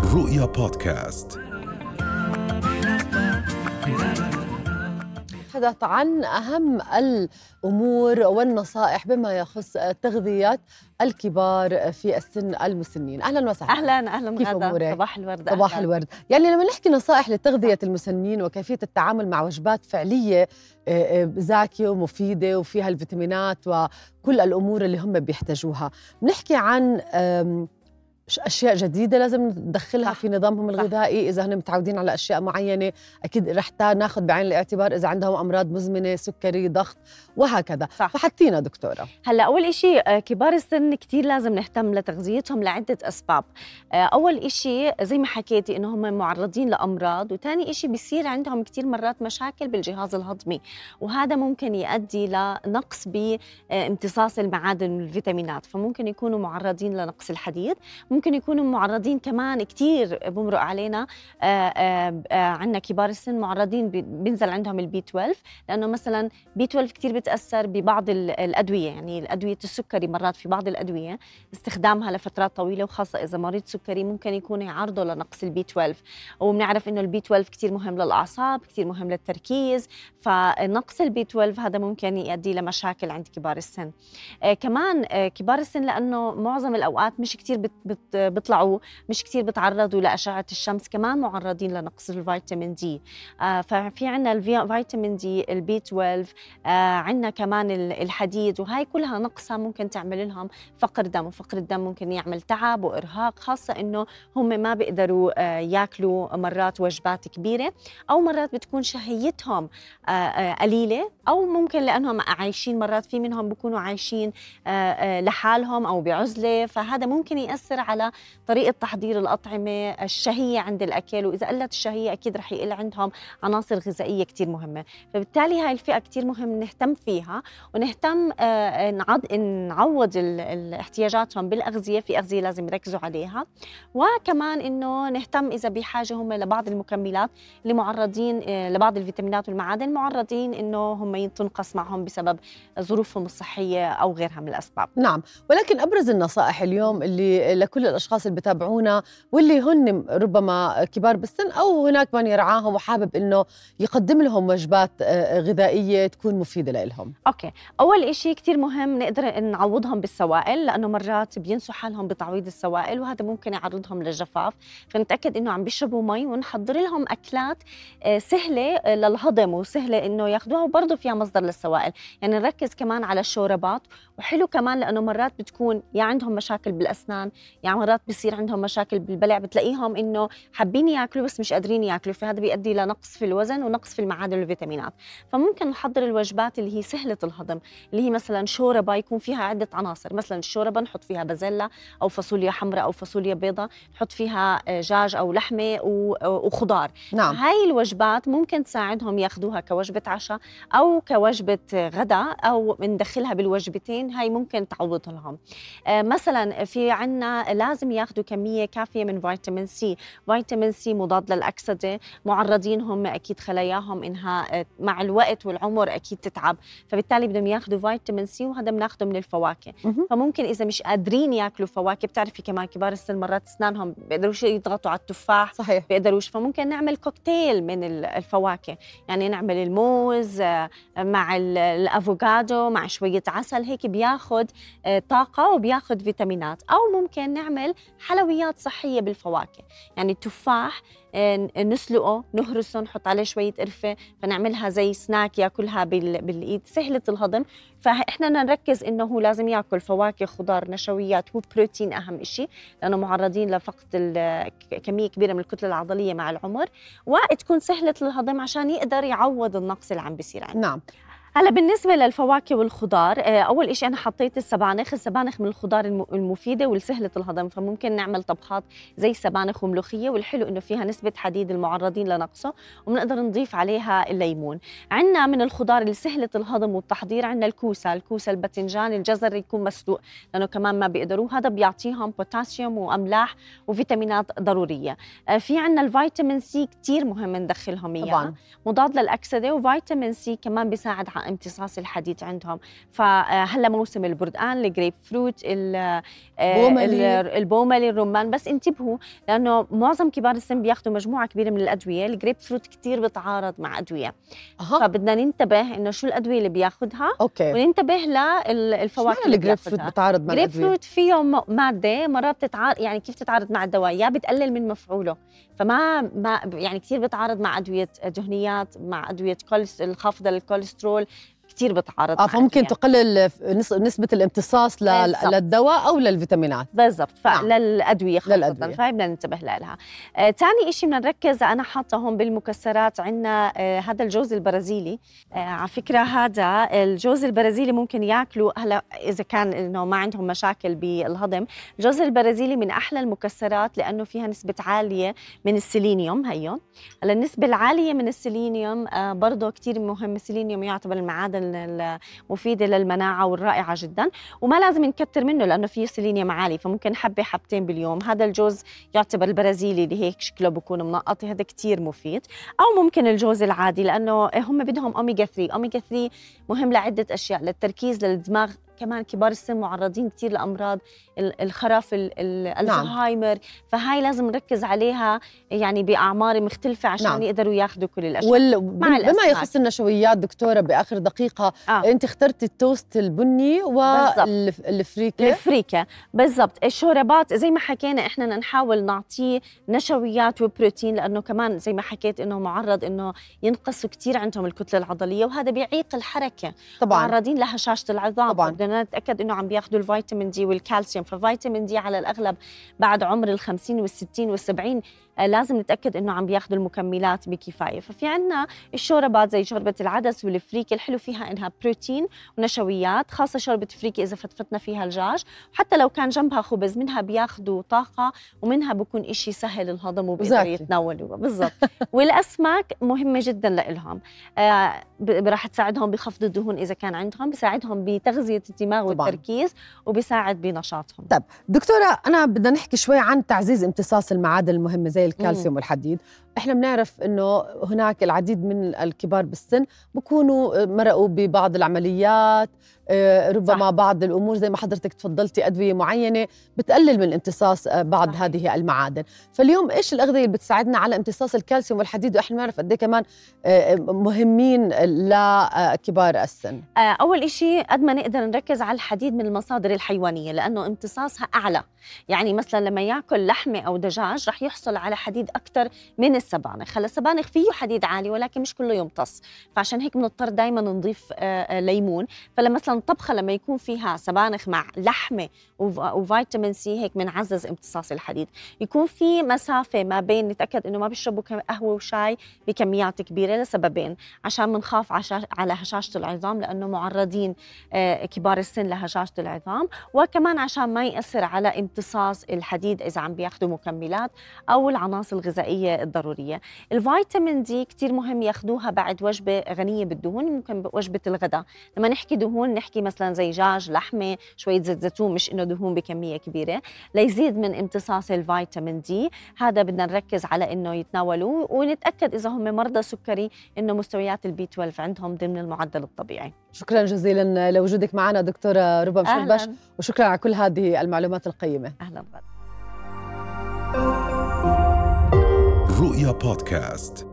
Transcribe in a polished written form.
رؤيا بودكاست. نتحدث عن أهم الأمور والنصائح بما يخص تغذية الكبار في السن المسنين. أهلاً وسهلاً. أهلاً كيف غادة؟ أمورك؟ صباح الورد. صباح الورد. يعني لما نحكي نصائح لتغذية المسنين وكيفية التعامل مع وجبات فعلية زاكية ومفيدة وفيها الفيتامينات وكل الأمور اللي هم بيحتاجوها، بنحكي عن أشياء جديدة لازم ندخلها في نظامهم الغذائي. إذا هن متعودين على أشياء معينة أكيد رح ناخذ بعين الاعتبار إذا عندهم أمراض مزمنة، سكري، ضغط وهكذا. صح. فحطينا دكتورة. هلا أول إشي كبار السن كتير لازم نهتم لتغذيتهم لعدة أسباب. أول إشي زي ما حكيتي إنه هم معرضين لأمراض، وتاني إشي بيصير عندهم كتير مرات مشاكل بالجهاز الهضمي، وهذا ممكن يؤدي لنقص بامتصاص المعادن والفيتامينات، فممكن يكونوا معرضين لنقص الحديد. ممكن يكونوا معرضين كمان كتير بمرق علينا عنا كبار السن معرضين بينزل عندهم البي 12، لأنه مثلا بي 12 كتير بتأثر ببعض الأدوية، يعني الأدوية السكري مرات في بعض الأدوية استخدامها لفترات طويلة، وخاصة إذا مريض سكري ممكن يكون يعرضه لنقص البي 12. وبنعرف إنه البي 12 كتير مهم للأعصاب، كتير مهم للتركيز، فنقص البي 12 هذا ممكن يؤدي لمشاكل عند كبار السن. كمان كبار السن لأنه معظم الأوقات مش كتير بيطلعوا، مش كتير بتعرضوا لأشعة الشمس، كمان معرضين لنقص الفيتامين دي. ففي عنا الفيتامين دي، البي 12، عنا كمان الحديد، وهاي كلها نقصها ممكن تعمل لهم فقر دم، وفقر الدم ممكن يعمل تعب وإرهاق، خاصة إنه هم ما بيقدروا ياكلوا مرات وجبات كبيرة، أو مرات بتكون شهيتهم قليلة، أو ممكن لأنهم عايشين، مرات في منهم بيكونوا عايشين لحالهم أو بعزلة، فهذا ممكن يأثر على طريقة تحضير الأطعمة، الشهية عند الأكل، وإذا قلت الشهية أكيد رح يقل عندهم عناصر غذائية كتير مهمة. فبالتالي هاي الفئة كتير مهم نهتم فيها، ونهتم نعوض احتياجاتهم بالأغذية، في أغذية لازم يركزوا عليها، وكمان إنه نهتم إذا بحاجة هم لبعض المكملات اللي معرضين، لبعض الفيتامينات والمعادن معرضين إنه هم تنقص معهم بسبب ظروفهم الصحية أو غيرها من الأسباب. نعم، ولكن أبرز النصائح اليوم اللي لكل الأشخاص اللي بتابعونا واللي هن ربما كبار بالسن أو هناك من يرعاهم وحابب إنه يقدم لهم وجبات غذائية تكون مفيدة لهم. أوكي، أول إشي كتير مهم نقدر نعوضهم بالسوائل، لأنه مرات بينسوا حالهم بتعويض السوائل، وهذا ممكن يعرضهم للجفاف، فنتأكد إنه عم بيشربوا مي، ونحضر لهم أكلات سهلة للهضم وسهلة إنه ياخدوها، وبرضه فيها مصدر للسوائل. يعني نركز كمان على الشوربات، وحلو كمان لأنه مرات بتكون يا عندهم مشاكل بالأسنان، يعني مرات بيصير عندهم مشاكل بالبلع، بتلاقيهم إنه حابين ياكلوا بس مش قادرين ياكلوا، فهذا بيؤدي لنقص في الوزن ونقص في المعادن والفيتامينات. فممكن نحضر الوجبات اللي هي سهلة الهضم، اللي هي مثلا شوربة يكون فيها عدة عناصر، مثلا الشوربة نحط فيها بازيلا أو فاصوليا حمراء أو فاصوليا بيضاء، نحط فيها دجاج أو لحمة وخضار. نعم. هاي الوجبات ممكن تساعدهم ياخدوها كوجبة عشاء أو كوجبة غداء، أو ندخلها بالوجبتين، هاي ممكن تعوض لهم. مثلا في عنا لازم ياخدوا كمية كافية من فيتامين سي. فيتامين سي مضاد للأكسدة، معرضين هم أكيد خلاياهم إنها مع الوقت والعمر أكيد تتعب، فبالتالي بدهم ياخدوا فيتامين سي، وهذا بناخده من الفواكه. فممكن إذا مش قادرين ياكلوا فواكه، بتعرفي كمان كبار السن مرات أسنانهم بيقدروش يضغطوا على التفاح، صحيح، بيقدروش، فممكن نعمل كوكتيل من الفواكه، يعني نعمل الموز مع الأفوكادو مع شوية عسل، هيك بياخد طاقة وبياخد فيتامينات. أو ممكن نعمل حلويات صحية بالفواكه، يعني التفاح نسلقه، نهرسه، نحط عليه شوية قرفة، فنعملها زي سناك ياكلها بالإيد، سهلة الهضم. فإحنا نركز إنه هو لازم يأكل فواكه، خضار، نشويات، هو بروتين أهم إشي، لأنه معرضين لفقد كمية كبيرة من الكتلة العضلية مع العمر، وتكون سهلة الهضم عشان يقدر يعوض النقص اللي عم بيصير عنده. نعم. هلا بالنسبة للفواكه والخضار، أول إشي أنا حطيت السبانخ من الخضار المفيدة والسهلة الهضم، فممكن نعمل طبخات زي سبانخ وملوخية، والحلو إنه فيها نسبة حديد المعرضين لنقصه، وبنقدر نضيف عليها الليمون. عنا من الخضار اللي سهلة الهضم والتحضير عنا الكوسة، الباذنجان، الجزر يكون مسلوق، لأنه كمان ما بيقدروا، هذا بيعطيهم بوتاسيوم وأملاح وفيتامينات ضرورية. في عنا الفيتامين سي كتير مهم ندخلهم إياه، مضاد للأكسدة، وفيتامين سي كمان بيساعد امتصاص الحديد عندهم. فهلا موسم البردقان، الجريب فروت، البوملي، الرمان. بس انتبهوا لانه معظم كبار السن بياخذوا مجموعه كبيره من الادويه. الجريب فروت كثير بتعارض مع ادويه، فبدنا ننتبه انه شو الادويه اللي بياخذها، وننتبه للفواكه اللي الجريب فروت بتعارض مع الادويه. الجريب فروت فيه ماده مرات بتتعارض، يعني كيف تتعارض مع الدواء؟ يا بتقلل من مفعوله، فما يعني كثير بتعارض مع ادويه دهنيات، مع ادويه الخافضه للكوليسترول، كثير بتعارض. فممكن تقلل نسبة الامتصاص للدواء أو للفيتامينات. بالضبط. فللأدوية خاصة، فهي بدنا ننتبه لها. ثاني شيء بدنا نركز، أنا حاطة هون بالمكسرات عندنا هذا الجوز البرازيلي. على فكرة هذا الجوز البرازيلي ممكن ياكلوا هلا إذا كان إنه ما عندهم مشاكل بالهضم. الجوز البرازيلي من أحلى المكسرات لأنه فيها نسبة عالية من السيلينيوم. هلا النسبة العالية من السيلينيوم برضه كتير مهم. السيلينيوم يعتبر المعادن المفيدة للمناعة والرائعة جدا، وما لازم نكتر منه لأنه فيه سيلينيوم عالي، فممكن حبتين باليوم. هذا الجوز يعتبر البرازيلي اللي هيك شكله بيكون منقط، هذا كتير مفيد. أو ممكن الجوز العادي لأنه هم بدهم أوميجا 3. أوميجا 3 مهم لعدة أشياء، للتركيز، للدماغ. كمان كبار السن معرضين كتير لأمراض الخرف، الزهايمر. فهاي لازم نركز عليها يعني بأعمار مختلفة عشان يقدروا ياخذوا كل الأشياء. بما يخص النشويات دكتورة بآخر دقيقة، أنت اخترتي التوست البني والفريكة. بالضبط. الشوربات زي ما حكينا إحنا نحاول نعطيه نشويات وبروتين، لأنه كمان زي ما حكيت إنه معرض إنه ينقصوا كتير عندهم الكتلة العضلية، وهذا بيعيق الحركة. طبعا معرضين لهشاشة العظام. طبعا بدنا نتأكد إنه عم بياخذوا الفيتامين دي والكالسيوم. ففيتامين دي على الأغلب بعد عمر 50 و60 و70 لازم نتأكد إنه عم بياخذوا المكملات بكفاية. ففي عنا الشوربات زي شوربة العدس والفريكة، الحلو فيها إنها بروتين ونشويات، خاصة شوربة فريكة إذا فتفتنا فيها الدجاج، وحتى لو كان جنبها خبز منها بياخذوا طاقة، ومنها بيكون إشي سهل الهضم وبيقدروا يتناولوا. بالضبط. والأسماك مهمة جدا لإلهم، راح تساعدهم بخفض الدهون إذا كان عندهم، بيساعدهم بتغذية الدماغ والتركيز، وبيساعد بنشاطهم. طب دكتورة، أنا بدنا نحكي شوي عن تعزيز امتصاص المعادن المهمة زي الكالسيوم والحديد. احنا بنعرف انه هناك العديد من الكبار بالسن بكونوا مرقوا ببعض العمليات، ربما صح. بعض الامور زي ما حضرتك تفضلتي ادويه معينه بتقلل من امتصاص بعض صح. هذه المعادن. فاليوم ايش الاغذيه اللي بتساعدنا على امتصاص الكالسيوم والحديد، واحنا بنعرف قد ايه كمان مهمين لكبار السن؟ اول شيء قد ما نقدر نركز على الحديد من المصادر الحيوانيه لانه امتصاصها اعلى. يعني مثلا لما ياكل لحمه او دجاج رح يحصل على حديد اكثر من السبانخ. هلا السبانخ فيه حديد عالي ولكن مش كله يمتص، فعشان هيك بنضطر دائما نضيف ليمون. فلما مثلا طبخه لما يكون فيها سبانخ مع لحمه وفيتامين سي هيك بنعزز امتصاص الحديد. يكون في مسافه ما بين، نتاكد انه ما بيشربوا قهوه وشاي بكميات كبيره لسببين: عشان بنخاف على هشاشه العظام لانه معرضين كبار السن لهشاشه العظام، وكمان عشان ما ياثر على امتصاص الحديد اذا عم بياخذوا مكملات او العناصر الغذائيه الضروريه. الفيتامين دي كتير مهم ياخذوها بعد وجبه غنيه بالدهون، ممكن وجبه الغداء. لما نحكي دهون نحكي مثلا زي دجاج، لحمه، شويه زيت زيتون، مش انه دهون بكميه كبيره، ليزيد من امتصاص الفيتامين دي. هذا بدنا نركز على انه يتناولوه، ونتاكد اذا هم مرضى سكري انه مستويات البي 12 عندهم ضمن المعدل الطبيعي. شكرا جزيلا لوجودك معنا دكتوره ربى مشربش، وشكرا على كل هذه المعلومات القيمه. اهلا بك. رؤيا بودكاست.